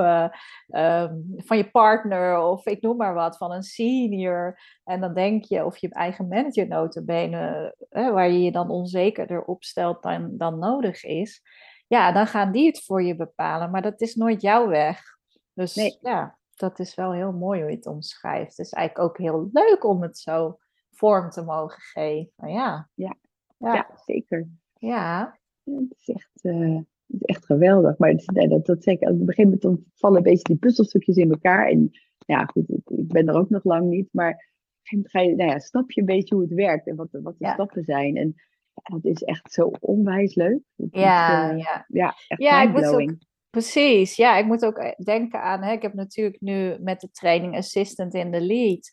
S1: van je partner of ik noem maar wat, van een senior. En dan denk je, of je eigen manager nota bene, waar je je dan onzekerder opstelt dan nodig is. Ja, dan gaan die het voor je bepalen, maar dat is nooit jouw weg. Dus
S2: nee,
S1: ja, dat is wel heel mooi hoe je het omschrijft. Het is eigenlijk ook heel leuk om het zo vorm te mogen geven. Ja,
S2: ja, ja,
S1: ja,
S2: zeker.
S1: ja,
S2: Ja, het is echt geweldig. Maar dat zeg ik, op een gegeven moment dan vallen een beetje die puzzelstukjes in elkaar. En ja, goed, ik ben er ook nog lang niet. Maar op een gegeven moment ga je, nou ja, snap je een beetje hoe het werkt en wat de
S1: ja,
S2: stappen zijn. En ja, dat is echt zo onwijs leuk. Het is
S1: ja, ja.
S2: ja, echt
S1: Ja, ik moet ook,
S2: mindblowing.
S1: precies. Ja, ik moet ook denken aan, hè, ik heb natuurlijk nu met de training Assistant in the Lead,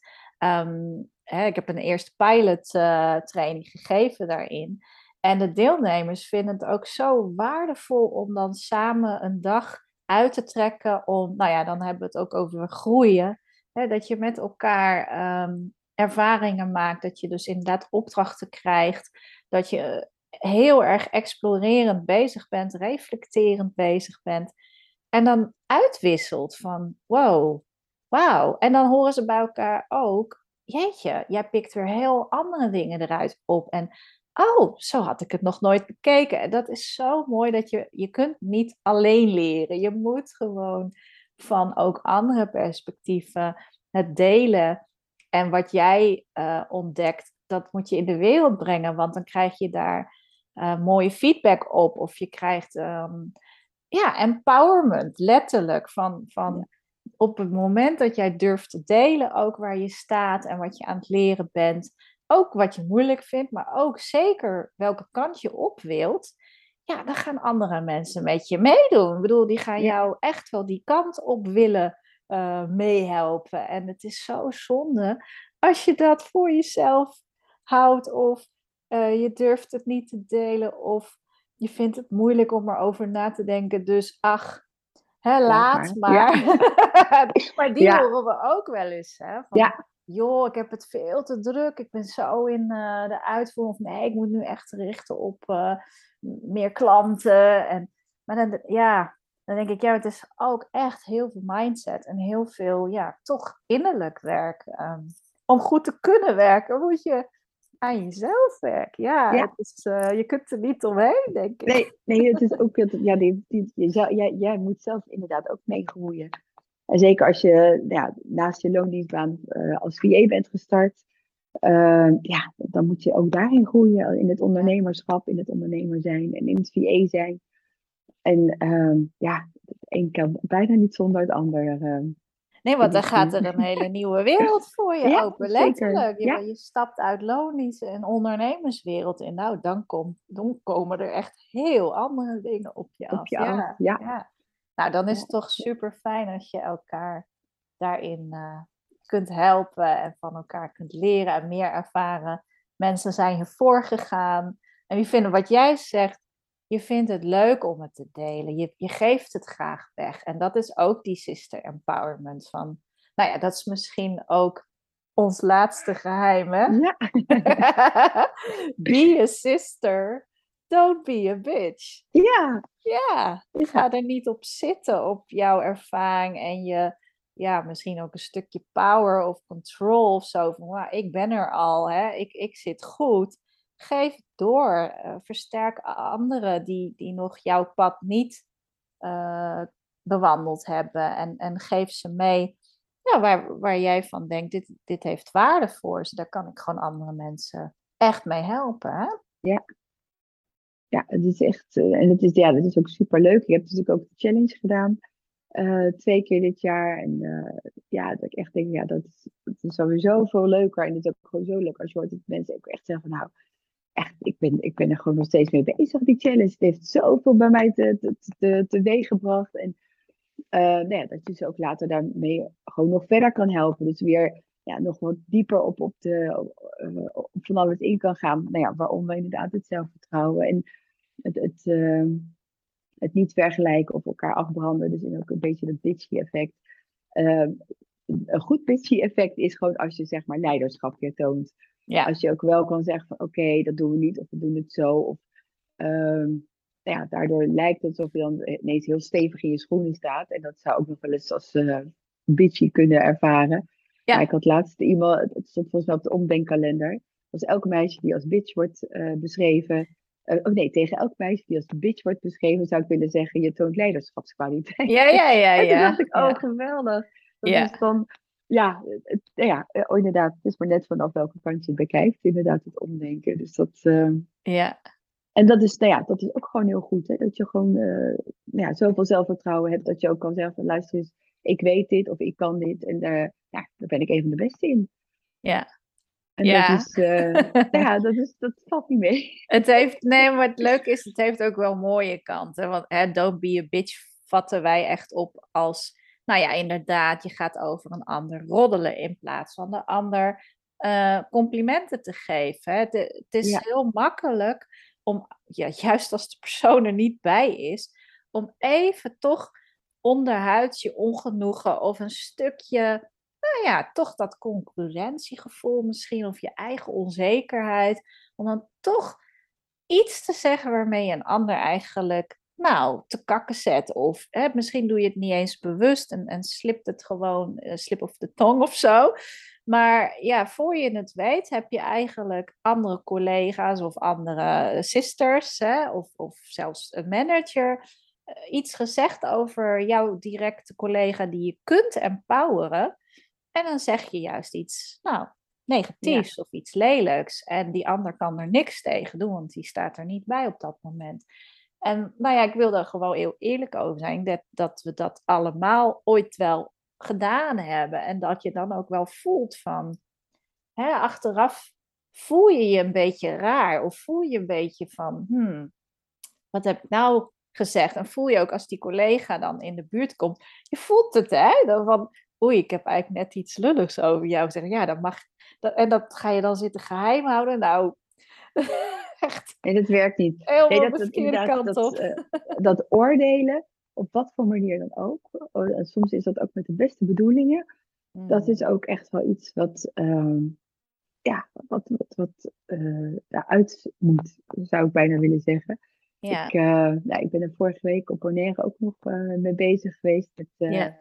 S1: ik heb een eerste pilot training gegeven daarin. En de deelnemers vinden het ook zo waardevol om dan samen een dag uit te trekken om, nou ja, dan hebben we het ook over groeien. Hè, dat je met elkaar ervaringen maakt, dat je dus inderdaad opdrachten krijgt, dat je heel erg explorerend bezig bent, reflecterend bezig bent. En dan uitwisselt van wow, wauw. En dan horen ze bij elkaar ook, jeetje, jij pikt weer heel andere dingen eruit op. En oh, zo had ik het nog nooit bekeken. En dat is zo mooi dat je kunt niet alleen leren. Je moet gewoon van ook andere perspectieven het delen. En wat jij ontdekt, dat moet je in de wereld brengen, want dan krijg je daar mooie feedback op. Of je krijgt ja, empowerment, letterlijk.
S2: Ja,
S1: Van op het moment dat jij durft te delen, ook waar je staat en wat je aan het leren bent. Ook wat je moeilijk vindt, maar ook zeker welke kant je op wilt. Ja, dan gaan andere mensen met je meedoen. Ik bedoel, die gaan
S2: ja,
S1: jou echt wel die kant op willen meehelpen. En het is zo zonde als je dat voor jezelf houdt of je durft het niet te delen of je vindt het moeilijk om erover na te denken. Dus ach, hè,
S2: laat
S1: laat
S2: maar. Ja,
S1: maar. Maar die
S2: ja,
S1: horen we ook wel eens. Hè? Van,
S2: ja,
S1: joh, ik heb het veel te druk. Ik ben zo in de uitvoering. Of nee, ik moet nu echt richten op meer klanten. Maar dan, ja, dan denk ik, ja, het is ook echt heel veel mindset. En heel veel, ja, toch innerlijk werk. Om goed te kunnen werken, moet je aan jezelf werken. Ja,
S2: ja.
S1: het is, je kunt er niet omheen, denk ik.
S2: Nee, nee, het is ook, ja, jij moet zelf inderdaad ook meegroeien. En zeker als je ja, naast je loondienstbaan als VA bent gestart, ja, dan moet je ook daarin groeien. In het
S1: Ja.
S2: ondernemerschap, in het ondernemer zijn en in het VA zijn. En ja, het een kan bijna niet zonder het ander
S1: Nee,
S2: in
S1: want dan
S2: die
S1: gaat
S2: zin.
S1: er een hele nieuwe wereld voor je
S2: Ja,
S1: open,
S2: zeker.
S1: letterlijk.
S2: Ja,
S1: Je stapt uit loondienst en ondernemerswereld in. Nou, dan komen er echt heel andere dingen op je
S2: op
S1: af.
S2: je af.
S1: Ja,
S2: Ja,
S1: ja. Nou, dan is
S2: ja,
S1: het toch super fijn als je elkaar daarin kunt helpen en van elkaar kunt leren en meer ervaren. Mensen zijn je voorgegaan. En die vinden wat jij zegt, je vindt het leuk om het te delen. Je geeft het graag weg. En dat is ook die sister empowerment van, nou ja, dat is misschien ook ons laatste geheim, hè?
S2: ja,
S1: Be a sister, don't be a bitch.
S2: ja,
S1: Ja,
S2: ja,
S1: ga er niet op zitten op jouw ervaring en je, ja, misschien ook een stukje power of control of zo. Van, "Wauw, ik ben er al, hè? Ik zit goed." Geef het door. Versterk anderen die nog jouw pad niet eh, bewandeld hebben. En geef ze mee ja, waar jij van denkt, dit heeft waarde voor ze. Daar kan ik gewoon andere mensen echt mee helpen. Hè?
S2: ja. ja, het is echt, en het is, ja, dat is ook super leuk. Ik heb natuurlijk ook de challenge gedaan, 2 keer dit jaar. En ja, dat ik echt denk, ja, dat is sowieso veel leuker. En het is ook gewoon zo leuk als je hoort dat mensen ook echt zeggen van, nou, echt, ik ben er gewoon nog steeds mee bezig, die challenge. Het heeft zoveel bij mij teweeg gebracht. En nou ja, dat je ze ook later daarmee gewoon nog verder kan helpen. Dus weer ja, nog wat dieper op van alles in kan gaan. Nou ja, waaronder inderdaad het zelfvertrouwen en het, het, eh, het niet vergelijken of elkaar afbranden. Dus ook een beetje dat bitchy effect. Eh, een goed bitchy effect is gewoon als je zeg maar leiderschap weer toont.
S1: Ja,
S2: Als je ook wel kan zeggen van oké, dat doen we niet of we doen het zo. Of Ehm, ja, daardoor lijkt het alsof je dan ineens heel stevig in je schoenen staat. En dat zou ook nog wel eens als bitchy kunnen ervaren. Maar ik
S1: ja,
S2: had laatst iemand, het stond volgens mij op de omdenkkalender. Als elk meisje die als bitch wordt beschreven. Oh nee, tegen elk meisje die als bitch wordt beschreven, zou ik willen zeggen: je toont
S1: ja,
S2: leiderschapskwaliteiten.
S1: ja, ja,
S2: En toen dacht
S1: ja,
S2: ik: oh,
S1: ja,
S2: geweldig. Dat is
S1: ja,
S2: dan, ja, oh, inderdaad, het is maar net vanaf welke kant je het bekijkt, inderdaad, het omdenken. Dus dat.
S1: ja.
S2: En dat is, nou ja, dat is ook gewoon heel goed. Hè? Dat je gewoon nou ja, zoveel zelfvertrouwen hebt dat je ook kan zeggen van luister eens, ik weet dit of ik kan dit. En ja, daar ben ik een van de beste in.
S1: Ja.
S2: En dat
S1: Ja.
S2: is, ja, dat valt niet mee.
S1: Het heeft, nee, maar het leuke is, het heeft ook wel mooie kanten. Want don't be a bitch vatten wij echt op als, nou ja, inderdaad, je gaat over een ander roddelen in plaats van de ander complimenten te geven. Hè. Het is
S2: Ja,
S1: heel makkelijk om, ja, juist als de persoon er niet bij is, om even toch onderhuids je ongenoegen of een stukje, nou ja, toch dat concurrentiegevoel misschien of je eigen onzekerheid, om dan toch iets te zeggen waarmee je een ander eigenlijk, nou, te kakken zet. Of misschien doe je het niet eens bewust en slipt het gewoon, slip of de tong of zo. Maar ja, voor je het weet, heb je eigenlijk andere collega's of andere sisters, of zelfs een manager, iets gezegd over jouw directe collega die je kunt empoweren. En dan zeg je juist iets, nou,
S2: ja,
S1: negatiefs of iets lelijks. En die ander kan er niks tegen doen, want die staat er niet bij op dat moment. En nou ja, ik wil er gewoon heel eerlijk over zijn, dat we dat allemaal ooit wel gedaan hebben. En dat je dan ook wel voelt van, achteraf voel je je een beetje raar. Of voel je een beetje van, wat heb ik nou gezegd? En voel je ook als die collega dan in de buurt komt, je voelt het, hè? Dan van, oei, ik heb eigenlijk net iets lulligs over jou gezegd. Ja, dat mag. En dat ga je dan zitten geheim houden. Nou, echt
S2: nee, dat werkt niet. Nee,
S1: helemaal de
S2: dat
S1: verkeerde
S2: inderdaad,
S1: kant op.
S2: dat oordelen, op wat voor manier dan ook. En soms is dat ook met de beste bedoelingen. Dat is ook echt wel iets wat, ja, wat uit moet, zou ik bijna willen zeggen.
S1: Ja,
S2: Nou, ik ben er vorige week op Bonaire ook nog mee bezig geweest. Met
S1: ja.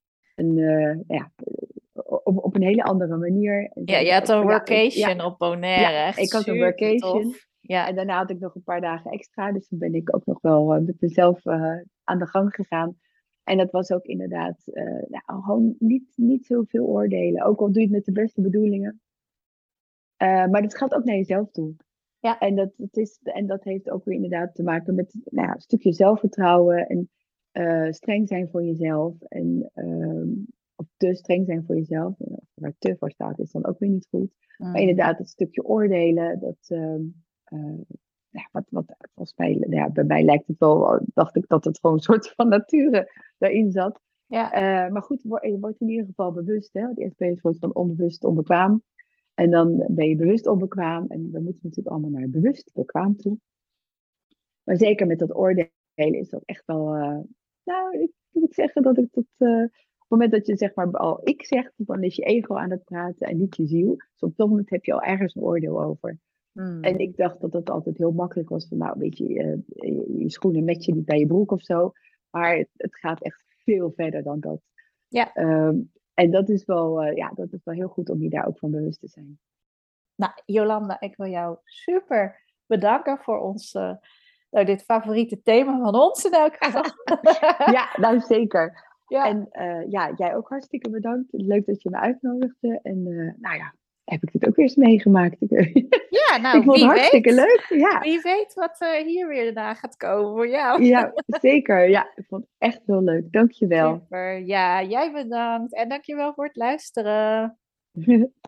S2: ja, op een hele andere manier. En
S1: Ja, je
S2: zeiden ze
S1: had
S2: ook
S1: een
S2: van ja,
S1: workation op
S2: ja,
S1: Bonaire. Echt
S2: ik had een
S1: super
S2: workation.
S1: tof. Ja,
S2: En daarna had ik nog een paar dagen extra. Dus toen ben ik ook nog wel met mezelf aan de gang gegaan. En dat was ook inderdaad nou, gewoon niet zoveel oordelen. Ook al doe je het met de beste bedoelingen. Maar dat gaat ook naar jezelf toe.
S1: ja,
S2: En dat heeft ook weer inderdaad te maken met nou ja, een stukje zelfvertrouwen en streng zijn voor jezelf. Of te streng zijn voor jezelf. Waar te voor staat is dan ook weer niet goed. Maar inderdaad, het stukje oordelen, eh, ja, wat volgens mij, nou ja, bij mij lijkt het wel, dacht ik dat het gewoon een soort van nature daarin zat.
S1: ja,
S2: Maar goed, je wordt in ieder geval bewust. Hè? Want eerst ben je een soort van onbewust onbekwaam. En dan ben je bewust onbekwaam. En we moeten natuurlijk allemaal naar bewust bekwaam toe. Maar zeker met dat oordelen is dat echt wel. Nou, ik moet zeggen dat ik tot. Op het moment dat je zeg maar al ik zegt, dan is je ego aan het praten en niet je ziel. Dus op dat moment heb je al ergens een oordeel over. En ik dacht dat het altijd heel makkelijk was van, nou, weet je, je schoenen met je niet bij je broek of zo. Maar het gaat echt veel verder dan dat.
S1: ja.
S2: Ehm, en dat is wel, ja, dat is wel heel goed om je daar ook van bewust te zijn.
S1: Nou, Jolanda, ik wil jou super bedanken voor ons, nou, dit favoriete thema van ons in elk geval.
S2: Ja, nou zeker.
S1: Ja,
S2: En ja, jij ook hartstikke bedankt. Leuk dat je me uitnodigde. En nou ja, heb ik dit ook weer eens meegemaakt.
S1: Ja,
S2: Ik
S1: nou,
S2: vond het
S1: wie
S2: hartstikke
S1: weet.
S2: leuk. Ja,
S1: Wie weet wat hier weer daarna gaat komen voor jou.
S2: ja, zeker. Ja, ik vond het echt heel leuk. Dankjewel.
S1: Super. Ja, jij bedankt. En dankjewel voor het luisteren.